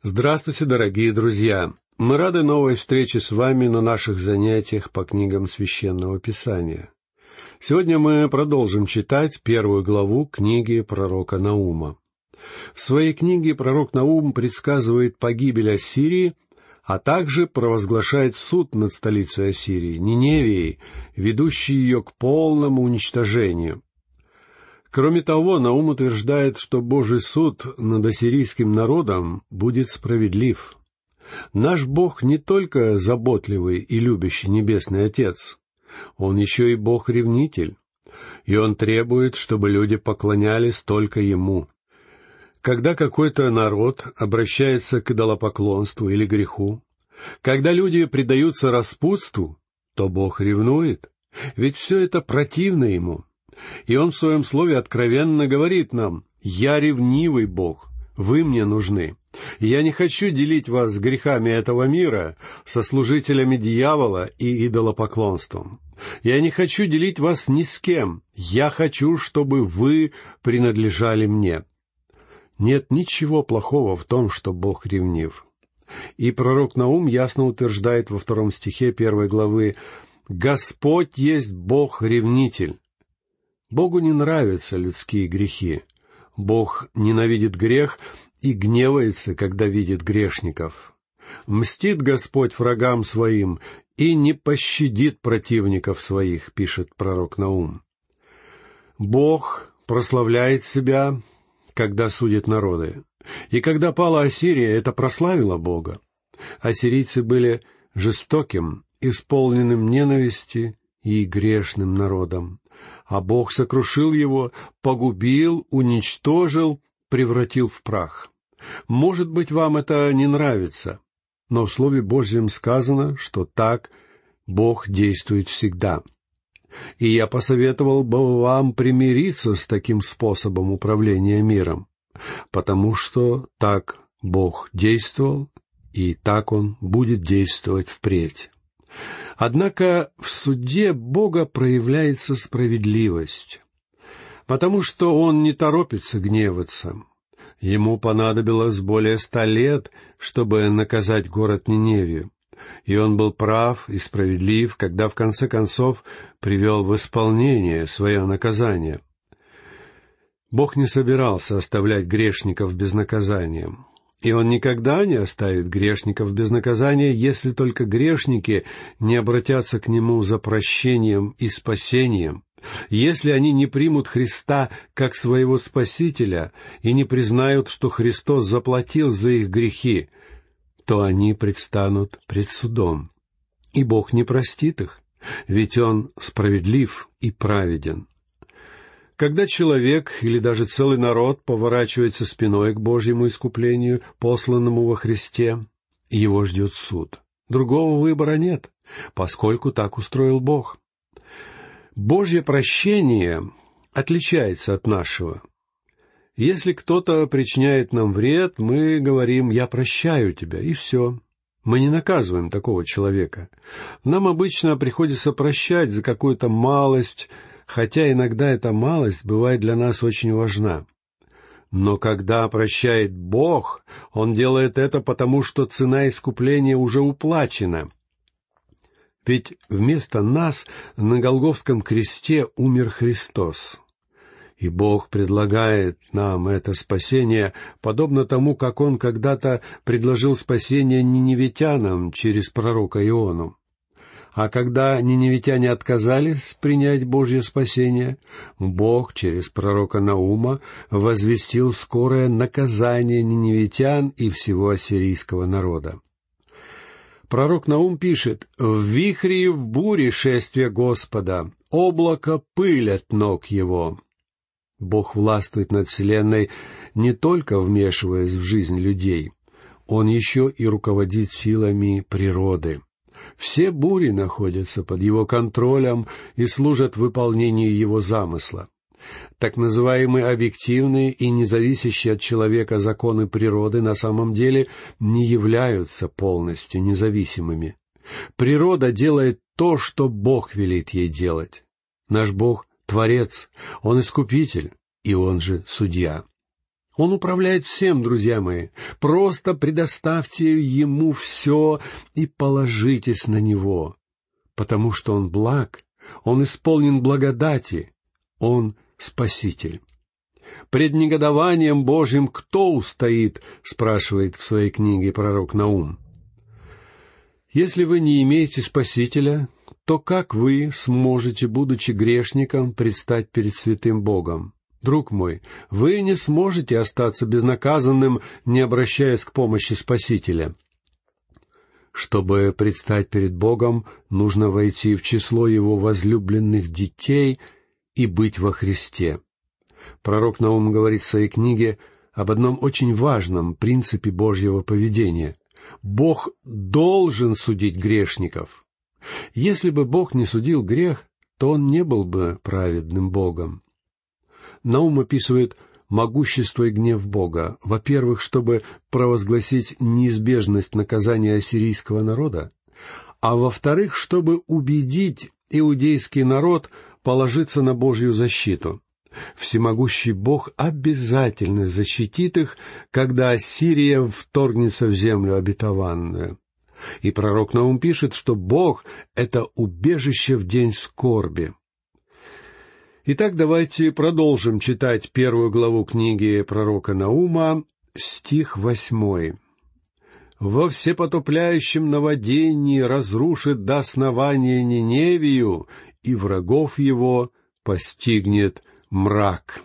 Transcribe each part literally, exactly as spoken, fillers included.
Здравствуйте, дорогие друзья! Мы рады новой встрече с вами на наших занятиях по книгам Священного Писания. Сегодня мы продолжим читать первую главу книги пророка Наума. В своей книге пророк Наум предсказывает погибель Ассирии, а также провозглашает суд над столицей Ассирии, Ниневией, ведущий ее к полному уничтожению. Кроме того, Наум утверждает, что Божий суд над ассирийским народом будет справедлив. Наш Бог не только заботливый и любящий Небесный Отец, Он еще и Бог-ревнитель, и Он требует, чтобы люди поклонялись только Ему. Когда какой-то народ обращается к идолопоклонству или греху, когда люди предаются распутству, то Бог ревнует, ведь все это противно Ему. И Он в Своем Слове откровенно говорит нам: «Я ревнивый Бог, вы мне нужны. Я не хочу делить вас с грехами этого мира, со служителями дьявола и идолопоклонством. Я не хочу делить вас ни с кем. Я хочу, чтобы вы принадлежали мне». Нет ничего плохого в том, что Бог ревнив. И пророк Наум ясно утверждает во втором стихе первой главы: «Господь есть Бог-ревнитель». Богу не нравятся людские грехи. Бог ненавидит грех и гневается, когда видит грешников. «Мстит Господь врагам своим и не пощадит противников своих», пишет пророк Наум. Бог прославляет себя, когда судит народы. И когда пала Ассирия, это прославило Бога. Ассирийцы были жестоким, исполненным ненависти и грешным народом. А Бог сокрушил его, погубил, уничтожил, превратил в прах. Может быть, вам это не нравится, но в Слове Божьем сказано, что так Бог действует всегда. И я посоветовал бы вам примириться с таким способом управления миром, потому что так Бог действовал, и так Он будет действовать впредь. Однако в суде Бога проявляется справедливость, потому что Он не торопится гневаться. Ему понадобилось более ста лет, чтобы наказать город Ниневию, и Он был прав и справедлив, когда в конце концов привел в исполнение свое наказание. Бог не собирался оставлять грешников без наказания. И Он никогда не оставит грешников без наказания, если только грешники не обратятся к Нему за прощением и спасением, если они не примут Христа как своего Спасителя и не признают, что Христос заплатил за их грехи, то они предстанут пред судом. И Бог не простит их, ведь Он справедлив и праведен. Когда человек или даже целый народ поворачивается спиной к Божьему искуплению, посланному во Христе, его ждет суд. Другого выбора нет, поскольку так устроил Бог. Божье прощение отличается от нашего. Если кто-то причиняет нам вред, мы говорим: «Я прощаю тебя», и все. Мы не наказываем такого человека. Нам обычно приходится прощать за какую-то малость, хотя иногда эта малость бывает для нас очень важна. Но когда прощает Бог, Он делает это потому, что цена искупления уже уплачена. Ведь вместо нас на Голгофском кресте умер Христос. И Бог предлагает нам это спасение, подобно тому, как Он когда-то предложил спасение ниневитянам через пророка Иону. А когда ниневитяне отказались принять Божье спасение, Бог через пророка Наума возвестил скорое наказание ниневитян и всего ассирийского народа. Пророк Наум пишет: «В вихре и в буре шествие Господа, облако пыль от ног Его». Бог властвует над вселенной, не только вмешиваясь в жизнь людей, Он еще и руководит силами природы. Все бури находятся под Его контролем и служат выполнению Его замысла. Так называемые объективные и независящие от человека законы природы на самом деле не являются полностью независимыми. Природа делает то, что Бог велит ей делать. Наш Бог — Творец, Он Искупитель, и Он же Судья. Он управляет всем, друзья мои. Просто предоставьте Ему все и положитесь на Него, потому что Он благ, Он исполнен благодати, Он Спаситель. «Пред негодованием Божьим кто устоит?» — спрашивает в своей книге пророк Наум. Если вы не имеете Спасителя, то как вы сможете, будучи грешником, предстать перед святым Богом? Друг мой, вы не сможете остаться безнаказанным, не обращаясь к помощи Спасителя. Чтобы предстать перед Богом, нужно войти в число Его возлюбленных детей и быть во Христе. Пророк Наум говорит в своей книге об одном очень важном принципе Божьего поведения. Бог должен судить грешников. Если бы Бог не судил грех, то Он не был бы праведным Богом. Наум описывает могущество и гнев Бога, во-первых, чтобы провозгласить неизбежность наказания ассирийского народа, а во-вторых, чтобы убедить иудейский народ положиться на Божью защиту. Всемогущий Бог обязательно защитит их, когда Ассирия вторгнется в землю обетованную. И пророк Наум пишет, что Бог — это убежище в день скорби. Итак, давайте продолжим читать первую главу книги пророка Наума, стих восьмой. «Во всепотопляющем наводении разрушит до основания Ниневию, и врагов его постигнет мрак».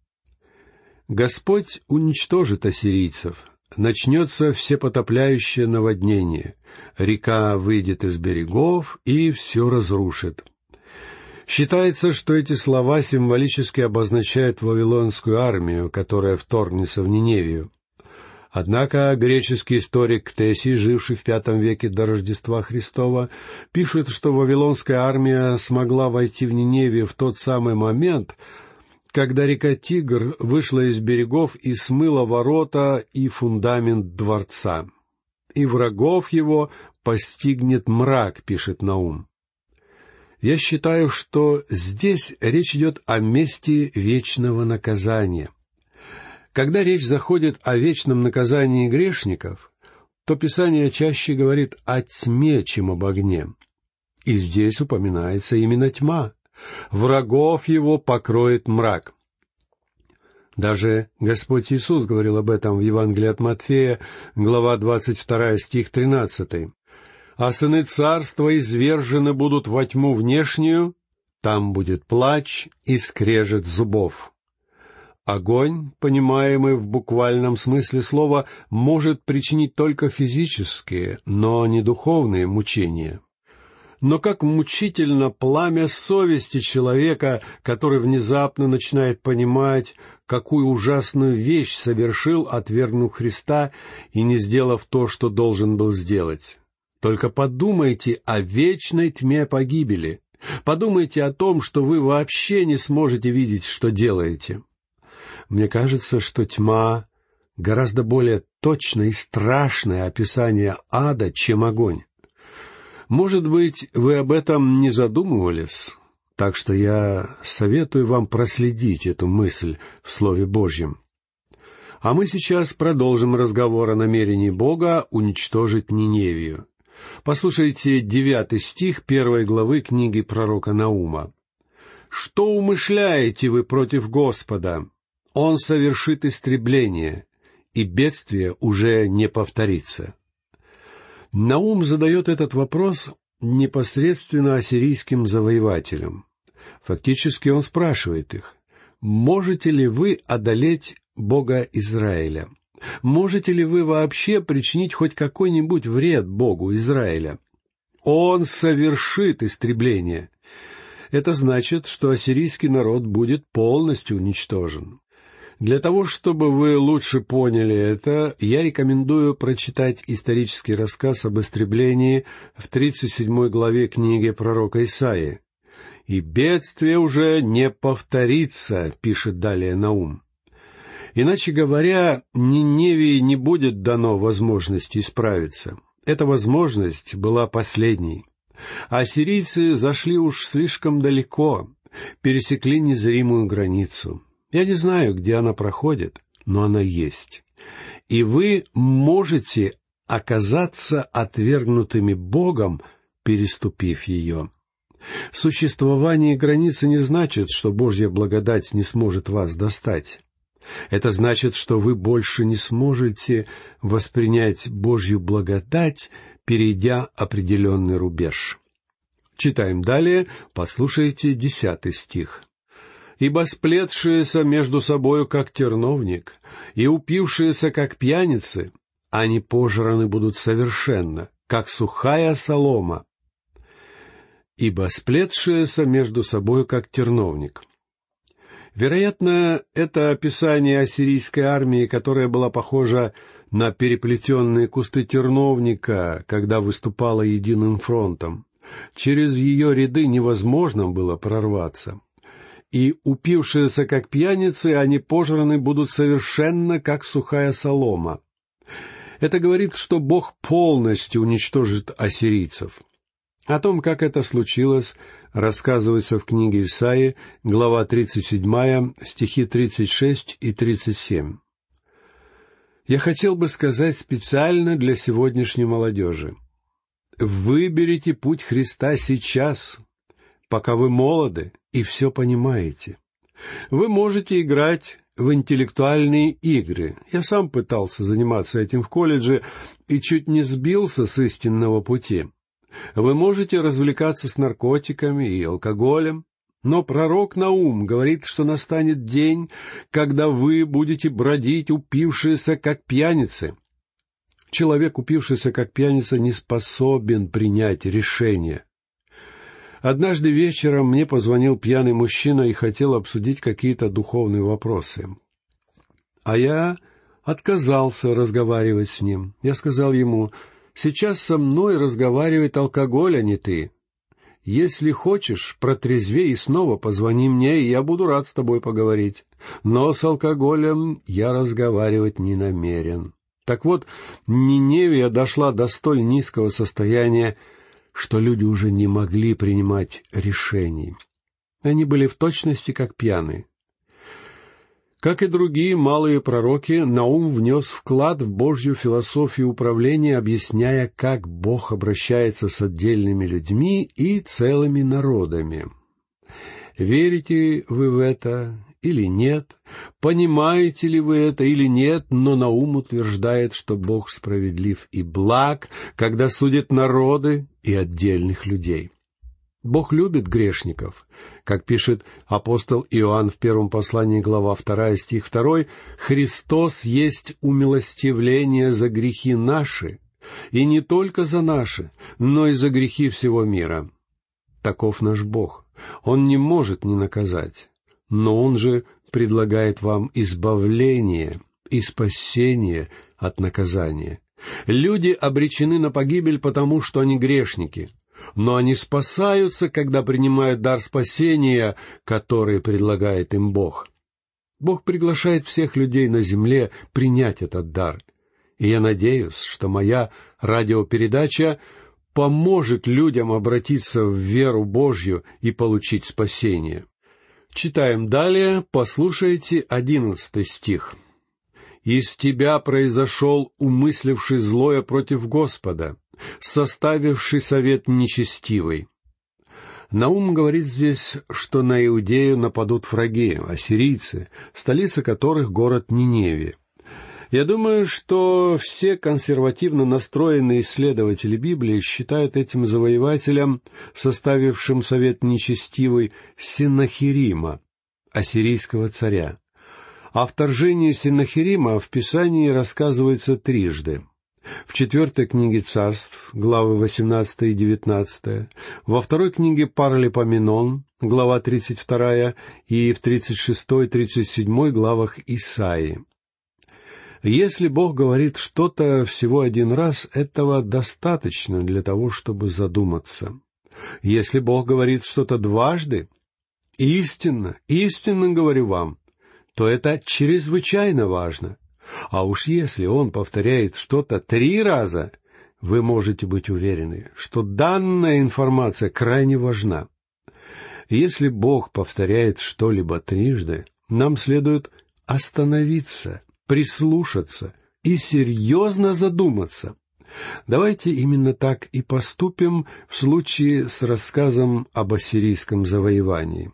Господь уничтожит ассирийцев. Начнется всепотопляющее наводнение. Река выйдет из берегов и все разрушит. Считается, что эти слова символически обозначают вавилонскую армию, которая вторгнется в Ниневию. Однако греческий историк Ктесий, живший в пятом веке до Рождества Христова, пишет, что вавилонская армия смогла войти в Ниневию в тот самый момент, когда река Тигр вышла из берегов и смыла ворота и фундамент дворца. «И врагов его постигнет мрак», — пишет Наум. Я считаю, что здесь речь идет о месте вечного наказания. Когда речь заходит о вечном наказании грешников, то Писание чаще говорит о тьме, чем об огне. И здесь упоминается именно тьма. Врагов его покроет мрак. Даже Господь Иисус говорил об этом в Евангелии от Матфея, глава двадцать вторая, стих тринадцатый. «А сыны царства извержены будут во тьму внешнюю, там будет плач и скрежет зубов». Огонь, понимаемый в буквальном смысле слова, может причинить только физические, но не духовные мучения. Но как мучительно пламя совести человека, который внезапно начинает понимать, какую ужасную вещь совершил, отвергнув Христа и не сделав то, что должен был сделать. Только подумайте о вечной тьме погибели. Подумайте о том, что вы вообще не сможете видеть, что делаете. Мне кажется, что тьма — гораздо более точное и страшное описание ада, чем огонь. Может быть, вы об этом не задумывались, так что я советую вам проследить эту мысль в Слове Божьем. А мы сейчас продолжим разговор о намерении Бога уничтожить Ниневию. Послушайте девятый стих первой главы книги пророка Наума. «Что умышляете вы против Господа? Он совершит истребление, и бедствие уже не повторится». Наум задает этот вопрос непосредственно ассирийским завоевателям. Фактически он спрашивает их: «Можете ли вы одолеть Бога Израиля? Можете ли вы вообще причинить хоть какой-нибудь вред Богу Израиля? Он совершит истребление». Это значит, что ассирийский народ будет полностью уничтожен. Для того, чтобы вы лучше поняли это, я рекомендую прочитать исторический рассказ об истреблении в тридцать седьмой главе книги пророка Исаии. «И бедствие уже не повторится», — пишет далее Наум. Иначе говоря, Ниневии не будет дано возможности исправиться. Эта возможность была последней. Ассирийцы зашли уж слишком далеко, пересекли незримую границу. Я не знаю, где она проходит, но она есть. И вы можете оказаться отвергнутыми Богом, переступив ее. Существование границы не значит, что Божья благодать не сможет вас достать. Это значит, что вы больше не сможете воспринять Божью благодать, перейдя определенный рубеж. Читаем далее, послушайте десятый стих. «Ибо сплетшиеся между собою, как терновник, и упившиеся, как пьяницы, они пожраны будут совершенно, как сухая солома». «Ибо сплетшиеся между собою, как терновник». Вероятно, это описание ассирийской армии, которая была похожа на переплетенные кусты терновника, когда выступала единым фронтом. Через ее ряды невозможно было прорваться. И, упившиеся как пьяницы, они пожраны будут совершенно, как сухая солома. Это говорит, что Бог полностью уничтожит ассирийцев. О том, как это случилось, рассказывается в книге Исаии, глава тридцать семь, стихи тридцать шесть и тридцать семь. Я хотел бы сказать специально для сегодняшней молодежи. Выберите путь Христа сейчас, пока вы молоды и все понимаете. Вы можете играть в интеллектуальные игры. Я сам пытался заниматься этим в колледже и чуть не сбился с истинного пути. Вы можете развлекаться с наркотиками и алкоголем, но пророк Наум говорит, что настанет день, когда вы будете бродить, упившиеся, как пьяницы. Человек, упившийся, как пьяница, не способен принять решение. Однажды вечером мне позвонил пьяный мужчина и хотел обсудить какие-то духовные вопросы. А я отказался разговаривать с ним. Я сказал ему: «Сейчас со мной разговаривает алкоголь, а не ты. Если хочешь, протрезвей и снова позвони мне, и я буду рад с тобой поговорить. Но с алкоголем я разговаривать не намерен». Так вот, Ниневия дошла до столь низкого состояния, что люди уже не могли принимать решений. Они были в точности как пьяные. Как и другие малые пророки, Наум внес вклад в Божью философию управления, объясняя, как Бог обращается с отдельными людьми и целыми народами. Верите вы в это или нет? Понимаете ли вы это или нет? Но Наум утверждает, что Бог справедлив и благ, когда судит народы и отдельных людей. Бог любит грешников. Как пишет апостол Иоанн в первом послании, глава вторая, стих второй, «Христос есть умилостивление за грехи наши, и не только за наши, но и за грехи всего мира». Таков наш Бог. Он не может не наказать, но Он же предлагает вам избавление и спасение от наказания. Люди обречены на погибель, потому что они грешники, но они спасаются, когда принимают дар спасения, который предлагает им Бог. Бог приглашает всех людей на земле принять этот дар. И я надеюсь, что моя радиопередача поможет людям обратиться в веру Божью и получить спасение. Читаем далее, послушайте одиннадцатый стих. «Из тебя произошел умысливший злое против Господа, составивший совет нечестивый». Наум говорит здесь, что на Иудею нападут враги, ассирийцы, столица которых город Ниневия. Я думаю, что все консервативно настроенные исследователи Библии считают этим завоевателем, составившим совет нечестивый, Сеннахерима, ассирийского царя. О вторжении Сеннахерима в Писании рассказывается трижды. В четвертой книге Царств, главы восемнадцатая и девятнадцатая, во второй книге Паралипоменон, глава тридцать вторая, и в тридцать шестой и тридцать седьмой главах Исаии. Если Бог говорит что-то всего один раз, этого достаточно для того, чтобы задуматься. Если Бог говорит что-то дважды, истинно, истинно говорю вам, то это чрезвычайно важно. А уж если Он повторяет что-то три раза, вы можете быть уверены, что данная информация крайне важна. Если Бог повторяет что-либо трижды, нам следует остановиться прислушаться и серьезно задуматься. Давайте именно так и поступим в случае с рассказом об ассирийском завоевании.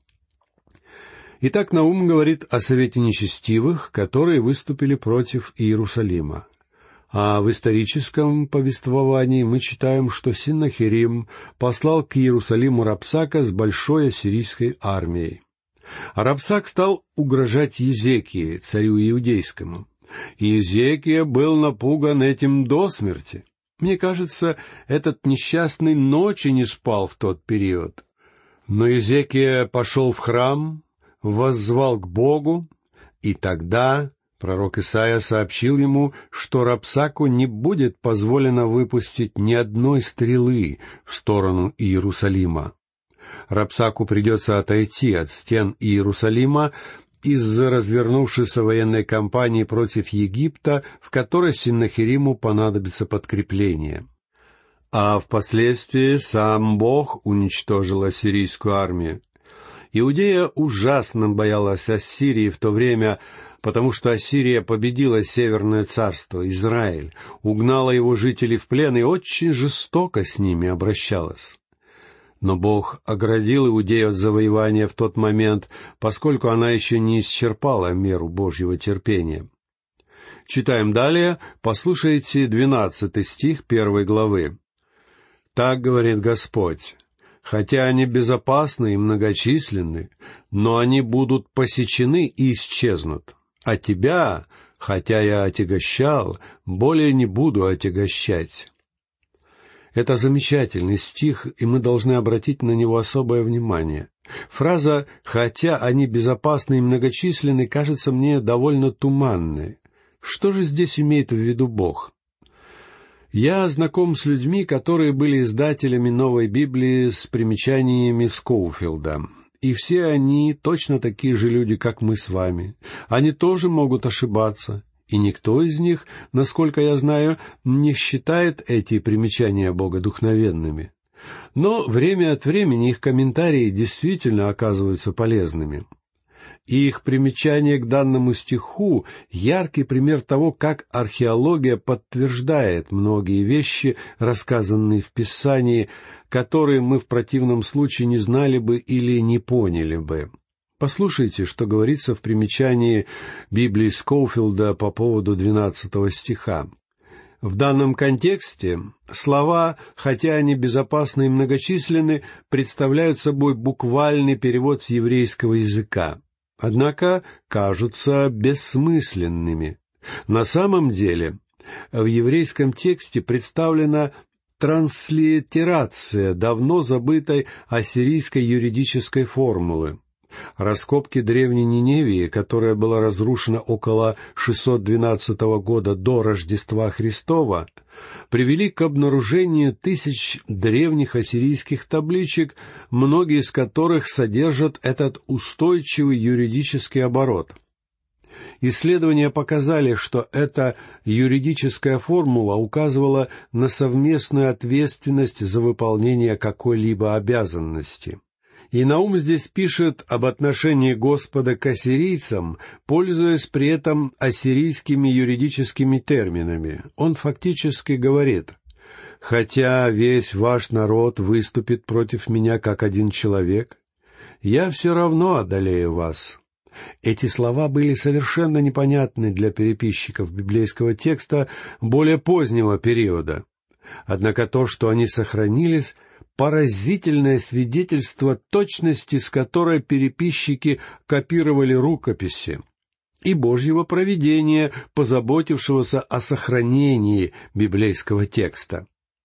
Итак, Наум говорит о совете нечестивых, которые выступили против Иерусалима. А в историческом повествовании мы читаем, что Синнахерим послал к Иерусалиму Рабсака с большой ассирийской армией. А Рабсак стал угрожать Езекии, царю иудейскому. И Езекия был напуган этим до смерти. Мне кажется, этот несчастный ночи не спал в тот период. Но Езекия пошел в храм, воззвал к Богу, и тогда пророк Исаия сообщил ему, что Рабсаку не будет позволено выпустить ни одной стрелы в сторону Иерусалима. Рабсаку придется отойти от стен Иерусалима из-за развернувшейся военной кампании против Египта, в которой Синнахериму понадобится подкрепление. А впоследствии сам Бог уничтожил ассирийскую армию. Иудея ужасно боялась Ассирии в то время, потому что Ассирия победила Северное царство, Израиль, угнала его жителей в плен и очень жестоко с ними обращалась. Но Бог оградил Иудею от завоевания в тот момент, поскольку она еще не исчерпала меру Божьего терпения. Читаем далее, послушайте двенадцатый стих первой главы. «Так говорит Господь: хотя они безопасны и многочисленны, но они будут посечены и исчезнут. А тебя, хотя я отягощал, более не буду отягощать». Это замечательный стих, и мы должны обратить на него особое внимание. Фраза «хотя они безопасны и многочисленны» кажется мне довольно туманной. Что же здесь имеет в виду Бог? Я знаком с людьми, которые были издателями Новой Библии с примечаниями Скоуфилда. И все они точно такие же люди, как мы с вами. Они тоже могут ошибаться. И никто из них, насколько я знаю, не считает эти примечания богодухновенными. Но время от времени их комментарии действительно оказываются полезными. И их примечание к данному стиху — яркий пример того, как археология подтверждает многие вещи, рассказанные в Писании, которые мы в противном случае не знали бы или не поняли бы. Послушайте, что говорится в примечании Библии Скоуфилда по поводу двенадцатого стиха. В данном контексте слова, хотя они безопасны и многочисленны, представляют собой буквальный перевод с еврейского языка, однако кажутся бессмысленными. На самом деле, в еврейском тексте представлена транслитерация давно забытой ассирийской юридической формулы. Раскопки древней Ниневии, которая была разрушена около шестьсот двенадцатого года до Рождества Христова, привели к обнаружению тысяч древних ассирийских табличек, многие из которых содержат этот устойчивый юридический оборот. Исследования показали, что эта юридическая формула указывала на совместную ответственность за выполнение какой-либо обязанности. И Наум здесь пишет об отношении Господа к ассирийцам, пользуясь при этом ассирийскими юридическими терминами. Он фактически говорит: «Хотя весь ваш народ выступит против меня как один человек, я все равно одолею вас». Эти слова были совершенно непонятны для переписчиков библейского текста более позднего периода. Однако то, что они сохранились, поразительное свидетельство точности, с которой переписчики копировали рукописи, и Божьего провидения, позаботившегося о сохранении библейского текста.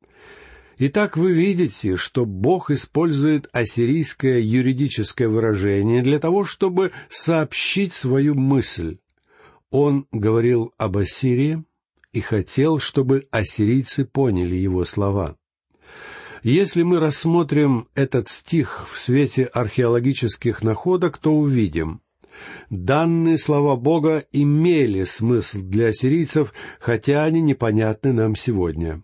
Итак, вы видите, что Бог использует ассирийское юридическое выражение для того, чтобы сообщить свою мысль. Он говорил об Ассирии и хотел, чтобы ассирийцы поняли его слова. Если мы рассмотрим этот стих в свете археологических находок, то увидим: данные слова Бога имели смысл для ассирийцев, хотя они непонятны нам сегодня.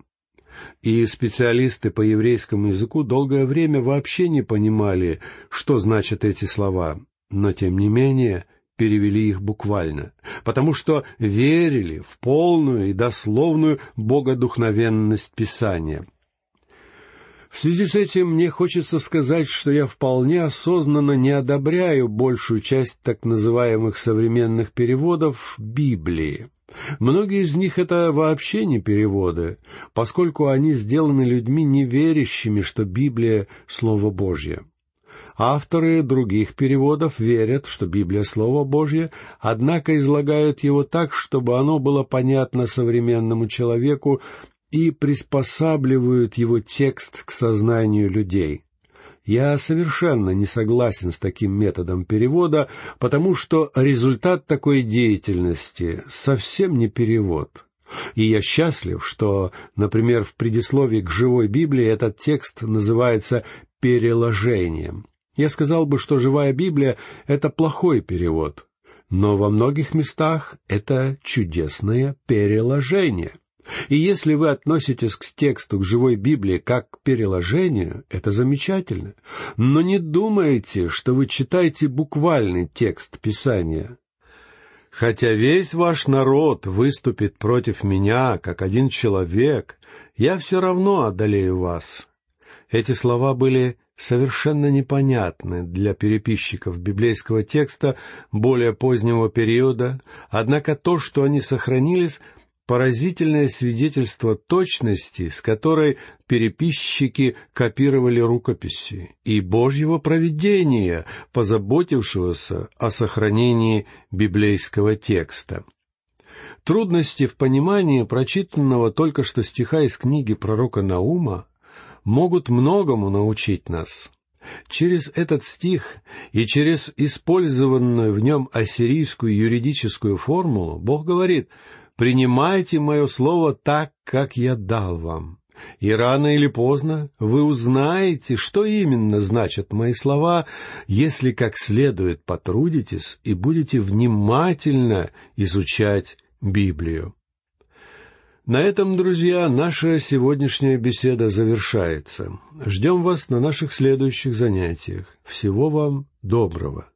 И специалисты по еврейскому языку долгое время вообще не понимали, что значат эти слова, но тем не менее перевели их буквально, потому что верили в полную и дословную богодухновенность Писания. В связи с этим мне хочется сказать, что я вполне осознанно не одобряю большую часть так называемых современных переводов Библии. Многие из них — это вообще не переводы, поскольку они сделаны людьми, не верящими, что Библия — Слово Божье. Авторы других переводов верят, что Библия — Слово Божье, однако излагают его так, чтобы оно было понятно современному человеку, и приспосабливают его текст к сознанию людей. Я совершенно не согласен с таким методом перевода, потому что результат такой деятельности совсем не перевод. И я счастлив, что, например, в предисловии к живой Библии этот текст называется переложением. Я сказал бы, что живая Библия — это плохой перевод, но во многих местах это чудесное переложение. И если вы относитесь к тексту, к живой Библии, как к переложению, это замечательно. Но не думайте, что вы читаете буквальный текст Писания. «Хотя весь ваш народ выступит против меня, как один человек, я все равно одолею вас». Эти слова были совершенно непонятны для переписчиков библейского текста более позднего периода, однако то, что они сохранились, поразительное свидетельство точности, с которой переписчики копировали рукописи, и Божьего провидения, позаботившегося о сохранении библейского текста. Трудности в понимании прочитанного только что стиха из книги пророка Наума могут многому научить нас. Через этот стих и через использованную в нем ассирийскую юридическую формулу Бог говорит: «Принимайте мое слово так, как я дал вам, и рано или поздно вы узнаете, что именно значат мои слова, если как следует потрудитесь и будете внимательно изучать Библию». На этом, друзья, наша сегодняшняя беседа завершается. Ждем вас на наших следующих занятиях. Всего вам доброго.